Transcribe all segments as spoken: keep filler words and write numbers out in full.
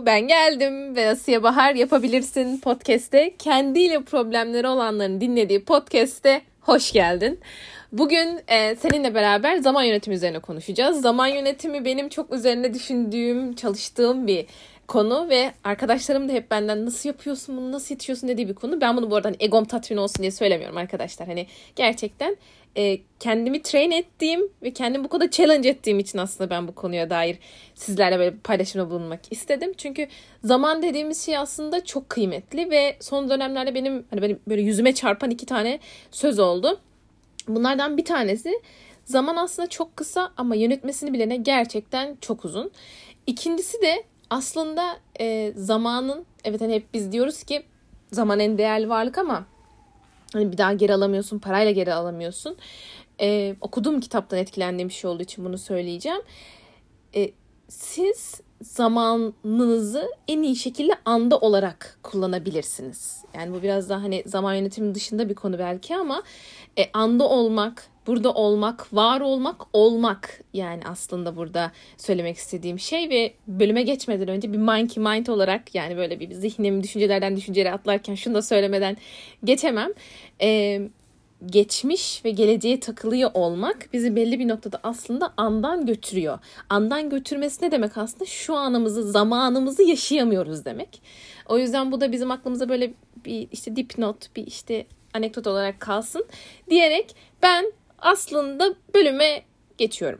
Hello, ben geldim ve Asiye Bahar Yapabilirsin podcast'te kendiyle problemleri olanların dinlediği podcast'te hoş geldin. Bugün e, seninle beraber zaman yönetimi üzerine konuşacağız. Zaman yönetimi benim çok üzerine düşündüğüm, çalıştığım bir konu ve arkadaşlarım da hep benden nasıl yapıyorsun bunu, nasıl yetişiyorsun dediği bir konu. Ben bunu bu arada hani egom tatmin olsun diye söylemiyorum arkadaşlar. Hani gerçekten e, kendimi train ettiğim ve kendimi bu kadar challenge ettiğim için aslında ben bu konuya dair sizlerle böyle bir paylaşımda bulunmak istedim. Çünkü zaman dediğimiz şey aslında çok kıymetli ve son dönemlerde benim hani benim böyle yüzüme çarpan iki tane söz oldu. Bunlardan bir tanesi zaman aslında çok kısa ama yönetmesini bilene gerçekten çok uzun. İkincisi de aslında e, zamanın, evet hani hep biz diyoruz ki zaman en değerli varlık ama hani bir daha geri alamıyorsun, parayla geri alamıyorsun. E, okuduğum kitaptan etkilendiğim bir şey olduğu için bunu söyleyeceğim. E, siz zamanınızı en iyi şekilde anda olarak kullanabilirsiniz. Yani bu biraz daha hani zaman yönetimi dışında bir konu belki ama e, anda olmak, burada olmak, var olmak, olmak yani aslında burada söylemek istediğim şey ve bölüme geçmeden önce bir monkey mind olarak yani böyle bir zihnim düşüncelerden düşüncelere atlarken şunu da söylemeden geçemem. E, geçmiş ve geleceğe takılıyor olmak bizi belli bir noktada aslında andan götürüyor. Andan götürmesi ne demek aslında? Şu anımızı, zamanımızı yaşayamıyoruz demek. O yüzden bu da bizim aklımıza böyle bir işte dipnot, bir işte anekdot olarak kalsın diyerek ben aslında bölüme geçiyorum.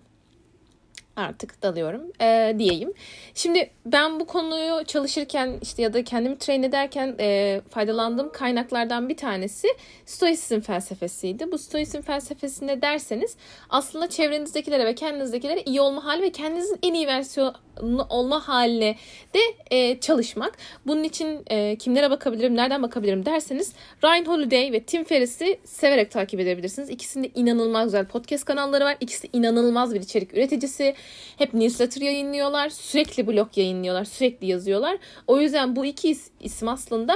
Artık dalıyorum e, diyeyim. Şimdi ben bu konuyu çalışırken işte ya da kendimi train ederken e, faydalandığım kaynaklardan bir tanesi Stoisizm felsefesiydi. Bu Stoisizm felsefesi ne derseniz aslında çevrenizdekilere ve kendinizdekilere iyi olma hali ve kendinizin en iyi versiyonu olma haline de e, çalışmak. Bunun için e, kimlere bakabilirim, nereden bakabilirim derseniz Ryan Holiday ve Tim Ferriss'i severek takip edebilirsiniz. İkisinin de inanılmaz güzel podcast kanalları var. İkisi de inanılmaz bir içerik üreticisi. Hep newsletter yayınlıyorlar. Sürekli blog yayınlıyorlar. Sürekli yazıyorlar. O yüzden bu iki is- isim aslında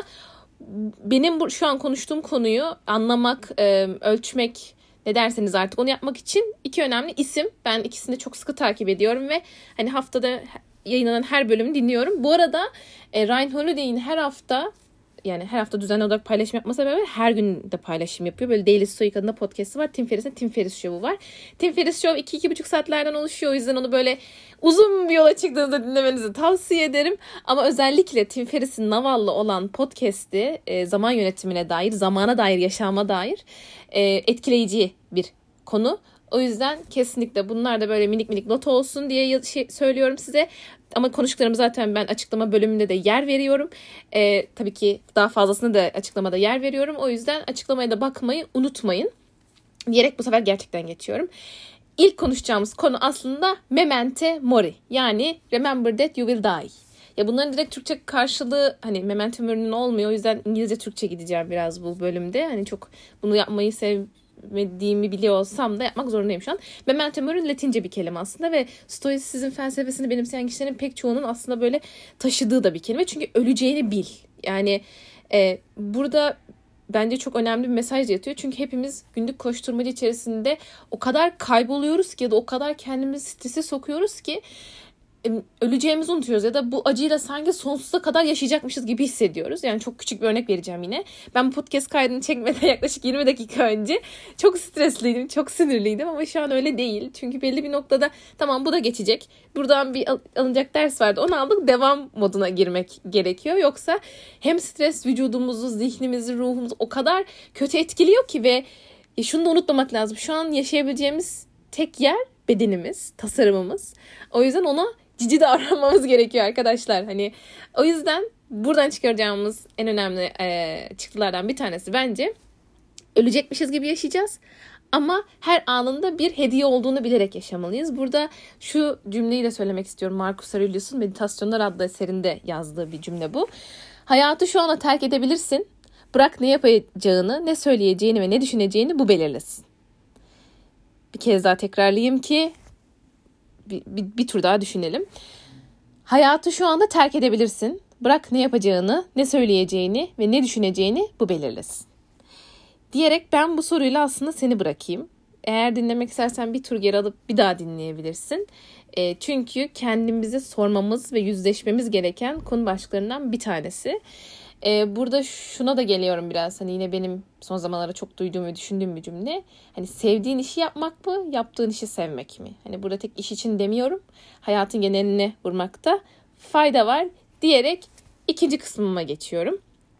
benim bu, şu an konuştuğum konuyu anlamak, e, ölçmek ne derseniz artık onu yapmak için iki önemli isim. Ben ikisini de çok sıkı takip ediyorum ve hani haftada yayınlanan her bölümü dinliyorum. Bu arada e, Ryan Holiday'in her hafta yani her hafta düzenli olarak paylaşım yapmasına beraber her gün de paylaşım yapıyor. Böyle Daily Stoic adında podcast'ı var. Tim Ferriss'in Tim Ferriss Show'u var. Tim Ferriss Show iki iki buçuk saatlerden oluşuyor. O yüzden onu böyle uzun bir yola çıktığınızda dinlemenizi tavsiye ederim. Ama özellikle Tim Ferriss'in Naval'la olan podcast'i e, zaman yönetimine dair, zamana dair, yaşama dair e, etkileyici bir konu. O yüzden kesinlikle bunlar da böyle minik minik not olsun diye şey söylüyorum size. Ama konuştuklarımı zaten ben açıklama bölümünde de yer veriyorum. Ee, tabii ki daha fazlasını da açıklamada yer veriyorum. O yüzden açıklamaya da bakmayı unutmayın. Diyerek bu sefer gerçekten geçiyorum. İlk konuşacağımız konu aslında Memento Mori. Yani Remember that you will die. Ya bunların direkt Türkçe karşılığı hani Memento Mori'nin olmuyor. O yüzden İngilizce Türkçe gideceğim biraz bu bölümde. Hani çok bunu yapmayı sev mediğimi biliyor olsam da yapmak zorundayım şu an. Memento Mori Latince bir kelime aslında ve Stoisizm felsefesini benimseyen kişilerin pek çoğunun aslında böyle taşıdığı da bir kelime. Çünkü öleceğini bil. Yani e, burada bence çok önemli bir mesaj yatıyor. Çünkü hepimiz günlük koşturmacı içerisinde o kadar kayboluyoruz ki ya da o kadar kendimizi strese sokuyoruz ki öleceğimizi unutuyoruz ya da bu acıyla sanki sonsuza kadar yaşayacakmışız gibi hissediyoruz. Yani çok küçük bir örnek vereceğim yine. Ben bu podcast kaydını çekmeden yaklaşık yirmi dakika önce çok stresliydim, çok sinirliydim ama şu an öyle değil. Çünkü belli bir noktada tamam bu da geçecek. Buradan bir alınacak ders vardı. Onu aldık, devam moduna girmek gerekiyor. Yoksa hem stres vücudumuzu, zihnimizi, ruhumuzu o kadar kötü etkiliyor ki ve şunu da unutmamak lazım. Şu an yaşayabileceğimiz tek yer bedenimiz, tasarımımız. O yüzden ona cici davranmamız gerekiyor arkadaşlar. Hani o yüzden buradan çıkaracağımız en önemli e, çıktılardan bir tanesi bence ölecekmişiz gibi yaşayacağız. Ama her anında bir hediye olduğunu bilerek yaşamalıyız. Burada şu cümleyi de söylemek istiyorum. Marcus Aurelius'un Meditasyonlar adlı eserinde yazdığı bir cümle bu. Hayatı şu ana terk edebilirsin. Bırak ne yapacağını, ne söyleyeceğini ve ne düşüneceğini bu belirlesin. Bir kez daha tekrarlayayım ki bir, bir, bir tur daha düşünelim. Hayatı şu anda terk edebilirsin. Bırak ne yapacağını, ne söyleyeceğini ve ne düşüneceğini bu belirlesin. Diyerek ben bu soruyla aslında seni bırakayım. Eğer dinlemek istersen bir tur geri alıp bir daha dinleyebilirsin. E, çünkü kendimize sormamız ve yüzleşmemiz gereken konu başlıklarından bir tanesi. E, burada şuna da geliyorum biraz. Hani yine benim son zamanlarda çok duyduğum ve düşündüğüm bir cümle. Hani sevdiğin işi yapmak mı, yaptığın işi sevmek mi? Hani burada tek iş için demiyorum. Hayatın geneline vurmakta fayda var diyerek ikinci kısmıma geçiyorum.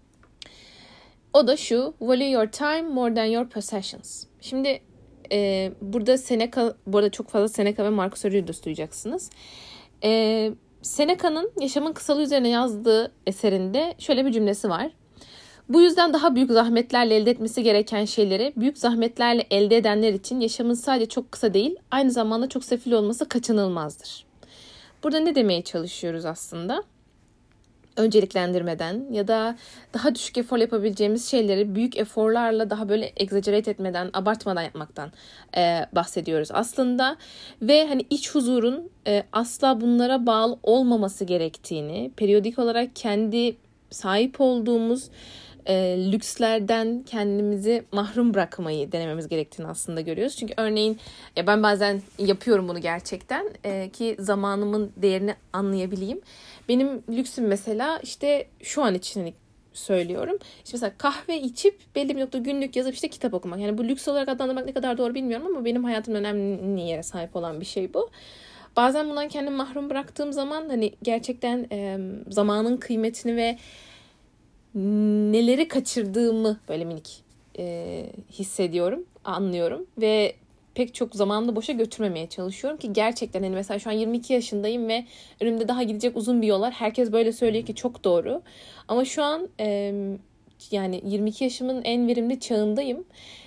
O da şu: value your time more than your possessions. Şimdi e, burada Seneca, bu arada çok fazla Seneca ve Marcus Aurelius duyacaksınız. E, Seneca'nın Yaşamın Kısalığı üzerine yazdığı eserinde şöyle bir cümlesi var. Bu yüzden daha büyük zahmetlerle elde etmesi gereken şeyleri büyük zahmetlerle elde edenler için yaşamın sadece çok kısa değil, aynı zamanda çok sefil olması kaçınılmazdır. Burada ne demeye çalışıyoruz aslında? Önceliklendirmeden ya da daha düşük efor yapabileceğimiz şeyleri büyük eforlarla daha böyle exaggerate etmeden, abartmadan yapmaktan e, bahsediyoruz aslında. Ve hani iç huzurun e, asla bunlara bağlı olmaması gerektiğini, periyodik olarak kendi sahip olduğumuz e, lükslerden kendimizi mahrum bırakmayı denememiz gerektiğini aslında görüyoruz. Çünkü örneğin e, ben bazen yapıyorum bunu gerçekten e, ki zamanımın değerini anlayabileyim. Benim lüksüm mesela işte şu an için söylüyorum. İşte mesela kahve içip belli bir nokta günlük yazıp işte kitap okumak. Yani bu lüks olarak adlandırmak ne kadar doğru bilmiyorum ama benim hayatımın önemli yere sahip olan bir şey bu. Bazen bundan kendimi mahrum bıraktığım zaman hani gerçekten e, zamanın kıymetini ve neleri kaçırdığımı böyle minik e, hissediyorum, anlıyorum ve pek çok zamanını boşa götürmemeye çalışıyorum ki gerçekten hani mesela şu an yirmi iki yaşındayım ve önümde daha gidecek uzun bir yol var. Herkes böyle söylüyor ki çok doğru. Ama şu an e, yani yirmi iki yaşımın en verimli çağındayım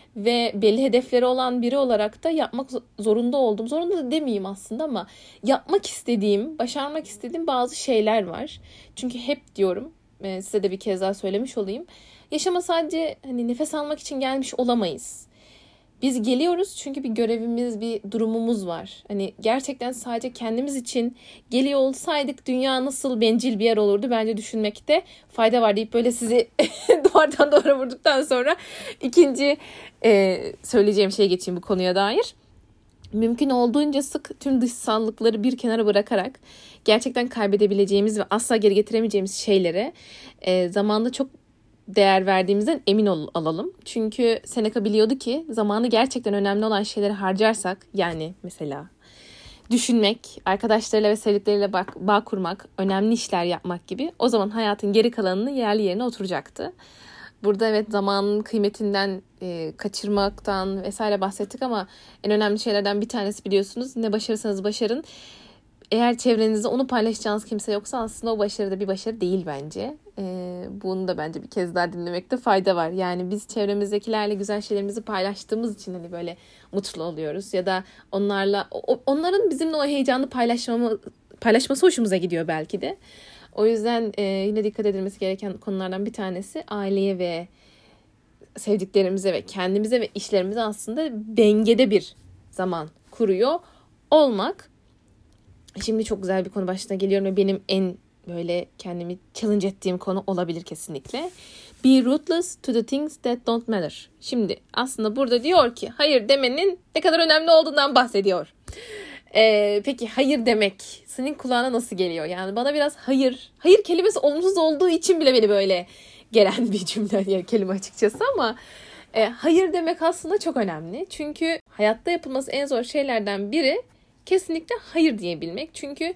ve belli hedefleri olan biri olarak da yapmak zorunda oldum. Zorunda da demeyeyim aslında ama yapmak istediğim, başarmak istediğim bazı şeyler var. Çünkü hep diyorum, e, size de bir kez daha söylemiş olayım. Yaşama sadece hani nefes almak için gelmiş olamayız. Biz geliyoruz çünkü bir görevimiz, bir durumumuz var. Hani gerçekten sadece kendimiz için geliyor olsaydık dünya nasıl bencil bir yer olurdu bence düşünmekte fayda var deyip böyle sizi duvardan duvara vurduktan sonra ikinci e, söyleyeceğim şeye geçeyim bu konuya dair. Mümkün olduğunca sık tüm dışsallıkları bir kenara bırakarak gerçekten kaybedebileceğimiz ve asla geri getiremeyeceğimiz şeylere e, zamanla çok değer verdiğimizden emin ol, alalım. Çünkü Seneca biliyordu ki zamanı gerçekten önemli olan şeyleri harcarsak, yani mesela düşünmek, arkadaşlarıyla ve sevdikleriyle bağ, bağ kurmak, önemli işler yapmak gibi, o zaman hayatın geri kalanını yerli yerine oturacaktı. Burada evet zamanın kıymetinden, e, kaçırmaktan vesaire bahsettik ama en önemli şeylerden bir tanesi biliyorsunuz, ne başarırsanız başarın. Eğer çevrenizde onu paylaşacağınız kimse yoksa aslında o başarı da bir başarı değil bence. Ee, bunu da bence bir kez daha dinlemekte fayda var. Yani biz çevremizdekilerle güzel şeylerimizi paylaştığımız için hani böyle mutlu oluyoruz. Ya da onlarla o, onların bizimle o heyecanı paylaşmamı, paylaşması hoşumuza gidiyor belki de. O yüzden e, yine dikkat edilmesi gereken konulardan bir tanesi aileye ve sevdiklerimize ve kendimize ve işlerimize aslında dengede bir zaman kuruyor olmak. Şimdi çok güzel bir konu başına geliyorum ve benim en böyle kendimi challenge ettiğim konu olabilir kesinlikle. Be ruthless to the things that don't matter. Şimdi aslında burada diyor ki hayır demenin ne kadar önemli olduğundan bahsediyor. Ee, peki hayır demek senin kulağına nasıl geliyor? Yani bana biraz hayır, hayır kelimesi olumsuz olduğu için bile beni böyle gelen bir cümle, yani kelime açıkçası ama e, hayır demek aslında çok önemli. Çünkü hayatta yapılması en zor şeylerden biri kesinlikle hayır diyebilmek. Çünkü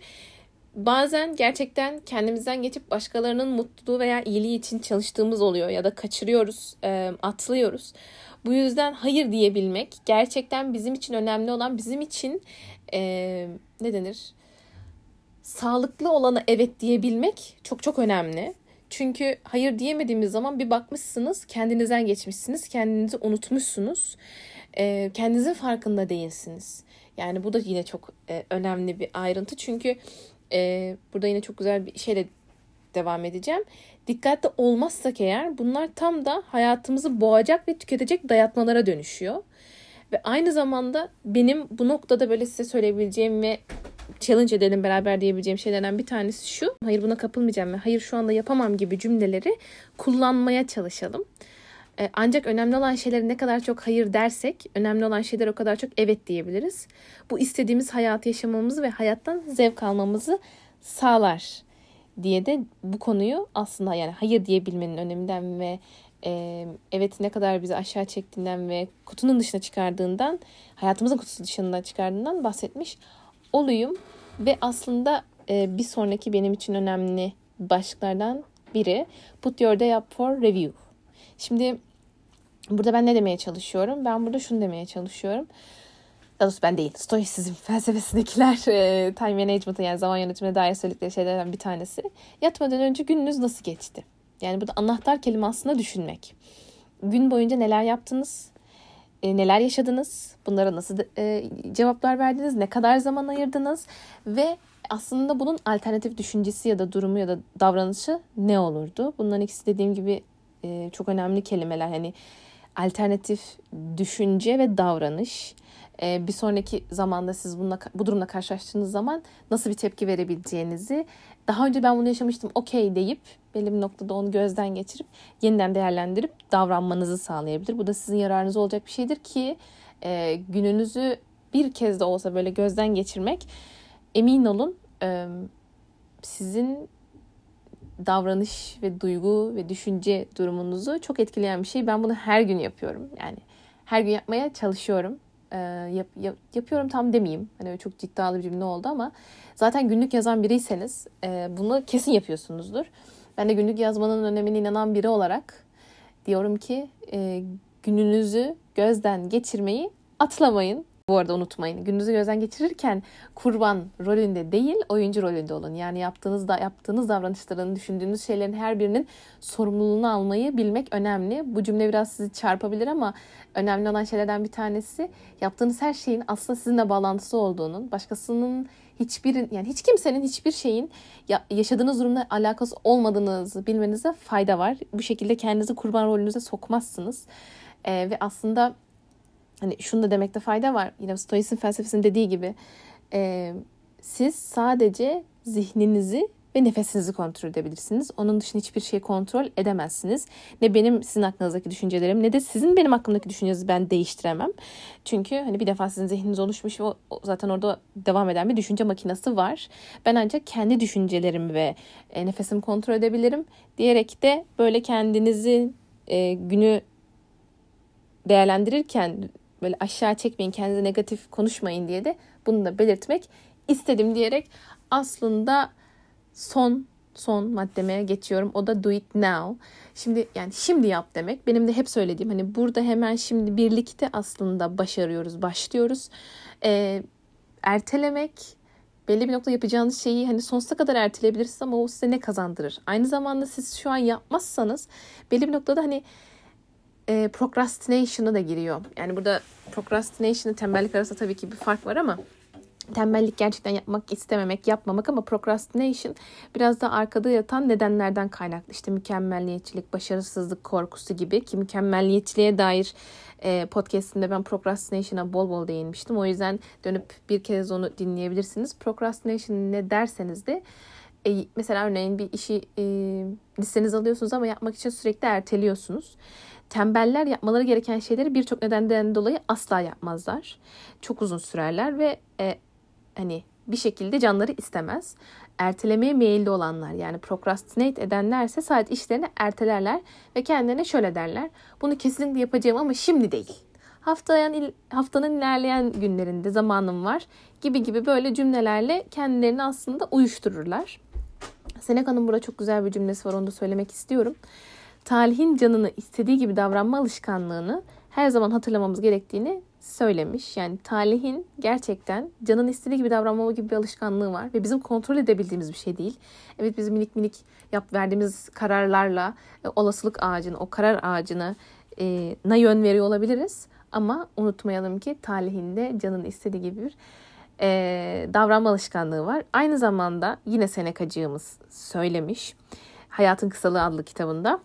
bazen gerçekten kendimizden geçip başkalarının mutluluğu veya iyiliği için çalıştığımız oluyor ya da kaçırıyoruz, e, atlıyoruz. Bu yüzden hayır diyebilmek gerçekten bizim için önemli olan, bizim için e, ne denir? Sağlıklı olana evet diyebilmek çok çok önemli. Çünkü hayır diyemediğimiz zaman bir bakmışsınız kendinizden geçmişsiniz, kendinizi unutmuşsunuz, e, kendinizin farkında değilsiniz. Yani bu da yine çok e, önemli bir ayrıntı. Çünkü e, burada yine çok güzel bir şeyle devam edeceğim. Dikkatli olmazsak eğer bunlar tam da hayatımızı boğacak ve tüketecek dayatmalara dönüşüyor. Ve aynı zamanda benim bu noktada böyle size söyleyebileceğim ve challenge edelim beraber diyebileceğim şeylerden bir tanesi şu. Hayır buna kapılmayacağım ve hayır şu anda yapamam gibi cümleleri kullanmaya çalışalım. E, ancak önemli olan şeylere ne kadar çok hayır dersek, önemli olan şeylere o kadar çok evet diyebiliriz. Bu istediğimiz hayatı yaşamamızı ve hayattan zevk almamızı sağlar diye de bu konuyu aslında yani hayır diyebilmenin öneminden ve e, evet ne kadar bizi aşağı çektiğinden ve kutunun dışına çıkardığından, hayatımızın kutusu dışına çıkardığından bahsetmiş olayım. Ve aslında e, bir sonraki benim için önemli başlıklardan biri Put Your Day Up for Review. Şimdi burada ben ne demeye çalışıyorum? Ben burada şunu demeye çalışıyorum. Daha doğrusu ben değil. Stoisizm felsefesindekiler e, time management'ı yani zaman yönetimine dair söyledikleri şeylerden bir tanesi. Yatmadan önce gününüz nasıl geçti? Yani burada anahtar kelime aslında düşünmek. Gün boyunca neler yaptınız? E, neler yaşadınız? Bunlara nasıl e, cevaplar verdiniz? Ne kadar zaman ayırdınız? Ve aslında bunun alternatif düşüncesi ya da durumu ya da davranışı ne olurdu? Bunların ikisi dediğim gibi e, çok önemli kelimeler. Hani alternatif düşünce ve davranış. E, bir sonraki zamanda siz bununla, bu durumla karşılaştığınız zaman nasıl bir tepki verebileceğinizi, daha önce ben bunu yaşamıştım okey deyip belli bir noktada onu gözden geçirip yeniden değerlendirip davranmanızı sağlayabilir. Bu da sizin yararınıza olacak bir şeydir ki e, gününüzü bir kez de olsa böyle gözden geçirmek, emin olun e, sizin davranış ve duygu ve düşünce durumunuzu çok etkileyen bir şey. Ben bunu her gün yapıyorum. Yani her gün yapmaya çalışıyorum. Ee, yap, yap, yapıyorum tam demeyeyim. Hani öyle çok ciddialı bir cümle oldu ama zaten günlük yazan biriyseniz e, bunu kesin yapıyorsunuzdur. Ben de günlük yazmanın önemine inanan biri olarak diyorum ki e, gününüzü gözden geçirmeyi atlamayın. Bu arada unutmayın. Gününüzü gözden geçirirken kurban rolünde değil, oyuncu rolünde olun. Yani yaptığınız da yaptığınız davranışların, düşündüğünüz şeylerin her birinin sorumluluğunu almayı bilmek önemli. Bu cümle biraz sizi çarpabilir ama önemli olan şeylerden bir tanesi yaptığınız her şeyin aslında sizinle bağlantısı olduğunun, başkasının hiçbir yani hiç kimsenin hiçbir şeyin yaşadığınız durumla alakası olmadığınızı bilmenize fayda var. Bu şekilde kendinizi kurban rolünüze sokmazsınız. Ee, ve aslında hani şunu da demekte fayda var. Yine Stoisizm felsefesinin dediği gibi e, siz sadece zihninizi ve nefesinizi kontrol edebilirsiniz. Onun dışında hiçbir şeyi kontrol edemezsiniz. Ne benim sizin aklınızdaki düşüncelerim ne de sizin benim hakkımdaki düşüncenizi ben değiştiremem. Çünkü hani bir defa sizin zihniniz oluşmuş ve zaten orada devam eden bir düşünce makinesi var. Ben ancak kendi düşüncelerimi ve e, nefesimi kontrol edebilirim diyerek de böyle kendinizi e, günü değerlendirirken böyle aşağı çekmeyin, kendinize negatif konuşmayın diye de bunu da belirtmek istedim diyerek aslında son son maddeme geçiyorum. O da do it now. Şimdi yani şimdi yap demek. Benim de hep söylediğim hani burada hemen şimdi birlikte aslında başarıyoruz, başlıyoruz. Ee, ertelemek belli bir nokta yapacağınız şeyi hani sonsuza kadar erteleyebilirsiniz ama o size ne kazandırır? Aynı zamanda siz şu an yapmazsanız belli bir noktada hani E, procrastination'a da giriyor. Yani burada procrastination'la tembellik arasında tabii ki bir fark var ama tembellik gerçekten yapmak istememek, yapmamak ama procrastination biraz da arkada yatan nedenlerden kaynaklı. İşte mükemmelliyetçilik, başarısızlık korkusu gibi ki mükemmelliyetçiliğe dair e, podcast'imde ben procrastination'a bol bol değinmiştim. O yüzden dönüp bir kez onu dinleyebilirsiniz. Procrastination ne derseniz de e, mesela örneğin bir işi e, listenize alıyorsunuz ama yapmak için sürekli erteliyorsunuz. Tembeller yapmaları gereken şeyleri birçok nedenden dolayı asla yapmazlar. Çok uzun sürerler ve e, hani bir şekilde canları istemez. Ertelemeye meyilli olanlar yani procrastinate edenlerse sadece işlerini ertelerler ve kendilerine şöyle derler. Bunu kesinlikle yapacağım ama şimdi değil. Haftaya, haftanın ilerleyen günlerinde zamanım var gibi gibi böyle cümlelerle kendilerini aslında uyuştururlar. Seneca'nın burada çok güzel bir cümlesi var, onu da söylemek istiyorum. Talihin canını istediği gibi davranma alışkanlığını her zaman hatırlamamız gerektiğini söylemiş. Yani talihin gerçekten canın istediği gibi davranmama gibi bir alışkanlığı var ve bizim kontrol edebildiğimiz bir şey değil. Evet biz minik minik yap verdiğimiz kararlarla e, olasılık ağacını, o karar ağacına e, na yön veriyor olabiliriz. Ama unutmayalım ki talihinde canın istediği gibi bir e, davranma alışkanlığı var. Aynı zamanda yine Seneca'cığımız söylemiş Hayatın Kısalığı adlı kitabında.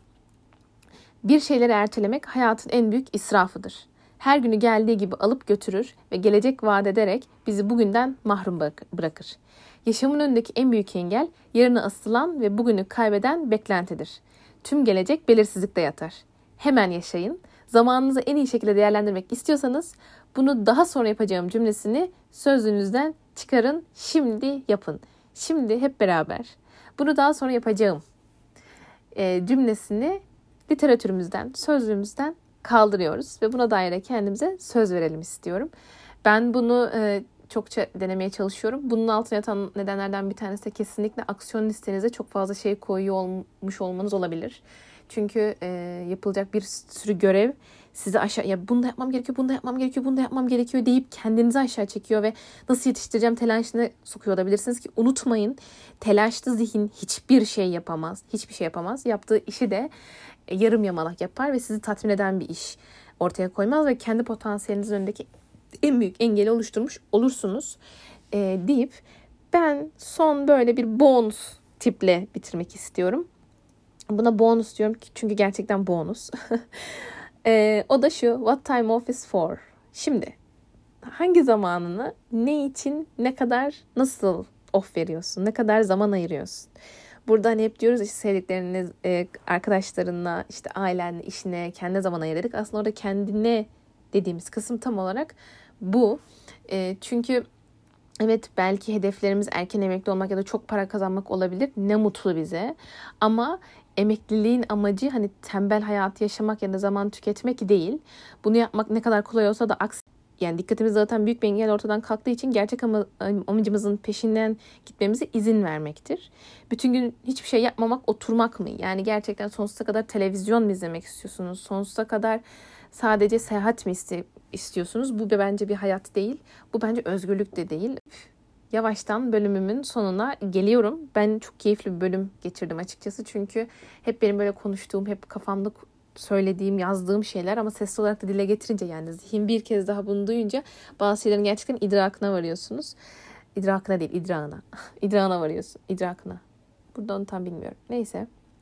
Bir şeyleri ertelemek hayatın en büyük israfıdır. Her günü geldiği gibi alıp götürür ve gelecek vaat ederek bizi bugünden mahrum bırakır. Yaşamın önündeki en büyük engel yarına asılan ve bugünü kaybeden beklentidir. Tüm gelecek belirsizlikte yatar. hemen yaşayın. Zamanınızı en iyi şekilde değerlendirmek istiyorsanız bunu daha sonra yapacağım cümlesini sözlüğünüzden çıkarın. Şimdi yapın. Şimdi hep beraber. Bunu daha sonra yapacağım e, cümlesini literatürümüzden, sözlüğümüzden kaldırıyoruz. Ve buna dair de kendimize söz verelim istiyorum. Ben bunu e, çokça denemeye çalışıyorum. Bunun altına yatan nedenlerden bir tanesi de kesinlikle aksiyon listenize çok fazla şey koyuyor olmuş olmanız olabilir. Çünkü e, yapılacak bir sürü görev sizi aşağı, ya bunu da yapmam gerekiyor, bunu da yapmam gerekiyor, bunu da yapmam gerekiyor deyip kendinizi aşağı çekiyor ve nasıl yetiştireceğim telaşına sokuyor olabilirsiniz ki unutmayın, telaşlı zihin hiçbir şey yapamaz. Hiçbir şey yapamaz. Yaptığı işi de e, yarım yamalak yapar ve sizi tatmin eden bir iş ortaya koymaz ve kendi potansiyelinizin önündeki en büyük engeli oluşturmuş olursunuz e, deyip ben son böyle bir bonus tiple bitirmek istiyorum. Buna bonus diyorum çünkü gerçekten bonus. e, o da şu: what time off is for? Şimdi hangi zamanını ne için, ne kadar, nasıl off veriyorsun? Ne kadar zaman ayırıyorsun? Burada hani hep diyoruz işte sevdiklerine, e, arkadaşlarınla, işte ailenle, işine, kendine zaman ayırdık. Aslında orada kendine dediğimiz kısım tam olarak bu. E, çünkü evet, belki hedeflerimiz erken emekli olmak ya da çok para kazanmak olabilir. Ne mutlu bize. Ama emekliliğin amacı hani tembel hayatı yaşamak ya da zaman tüketmek değil. Bunu yapmak ne kadar kolay olsa da aksi, yani dikkatimiz zaten büyük bir engel ortadan kalktığı için gerçek ama, amacımızın peşinden gitmemize izin vermektir. Bütün gün hiçbir şey yapmamak oturmak mı? Yani gerçekten sonsuza kadar televizyon mu izlemek istiyorsunuz? Sonsuza kadar sadece seyahat mi iste- istiyorsunuz? Bu da bence bir hayat değil. Bu bence özgürlük de değil. Yavaştan bölümümün sonuna geliyorum. Ben çok keyifli bir bölüm geçirdim açıkçası. Çünkü hep benim böyle konuştuğum, hep kafamda söylediğim, yazdığım şeyler ama sesli olarak da dile getirince, yani zihin bir kez daha bunu duyunca bazı şeylerin gerçekten idrakına varıyorsunuz. İdrakına değil, idrağına. İdrağına varıyorsun. İdrakına. Burada onu tam bilmiyorum. Neyse.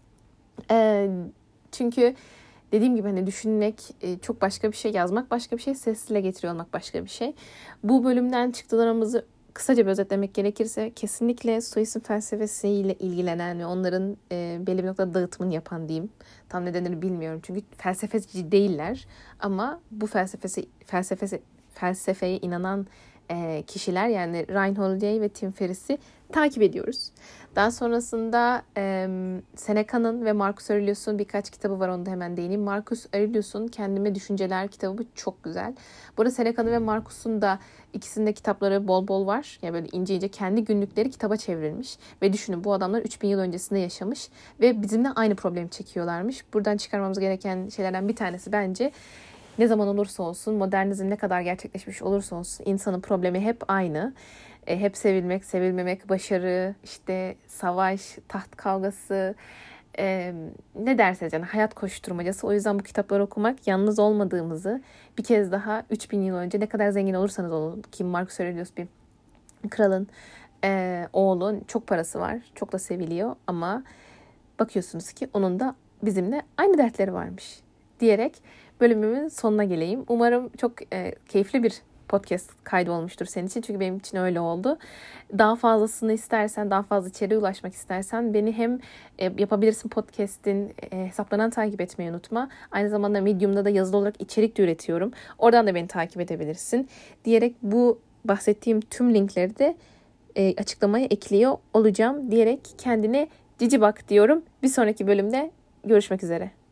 Ee, çünkü dediğim gibi hani düşünmek çok başka bir şey, yazmak başka bir şey, sesle getiriyor olmak başka bir şey. Bu bölümden çıktılarımızı kısaca bir özetlemek gerekirse kesinlikle Stoizm felsefesiyle ilgilenen ve onların e, belli bir noktada dağıtımını yapan diyeyim. Tam nedenini bilmiyorum çünkü felsefeci değiller ama bu felsefesi felsefesi felsefeye inanan e, kişiler, yani Ryan Holiday ve Tim Ferriss'i takip ediyoruz. Daha sonrasında e, Seneca'nın ve Marcus Aurelius'un birkaç kitabı var, onu da hemen değineyim. Marcus Aurelius'un Kendime Düşünceler kitabı çok güzel. Burada Seneca'nın ve Marcus'un da ikisinde kitapları bol bol var. Yani böyle ince ince kendi günlükleri kitaba çevrilmiş. Ve düşünün, bu adamlar üç bin yıl öncesinde yaşamış ve bizimle aynı problemi çekiyorlarmış. Buradan çıkarmamız gereken şeylerden bir tanesi bence ne zaman olursa olsun, modernizm ne kadar gerçekleşmiş olursa olsun insanın problemi hep aynı. E, hep sevilmek, sevilmemek, başarı, işte savaş, taht kavgası, e, ne derseniz yani hayat koşturmacası. O yüzden bu kitapları okumak, yalnız olmadığımızı bir kez daha üç bin yıl önce ne kadar zengin olursanız olun, ki Marcus Aurelius bir kralın e, oğlu, çok parası var, çok da seviliyor ama bakıyorsunuz ki onun da bizimle aynı dertleri varmış diyerek bölümümün sonuna geleyim. Umarım çok e, keyifli bir podcast kaydı olmuştur senin için. Çünkü benim için öyle oldu. Daha fazlasını istersen, daha fazla içeriğe ulaşmak istersen beni hem e, yapabilirsin podcast'in e, hesaplarından takip etmeyi unutma. Aynı zamanda Medium'da da yazılı olarak içerik de üretiyorum. Oradan da beni takip edebilirsin diyerek bu bahsettiğim tüm linkleri de e, açıklamaya ekliyor olacağım diyerek kendine cici bak diyorum. Bir sonraki bölümde görüşmek üzere.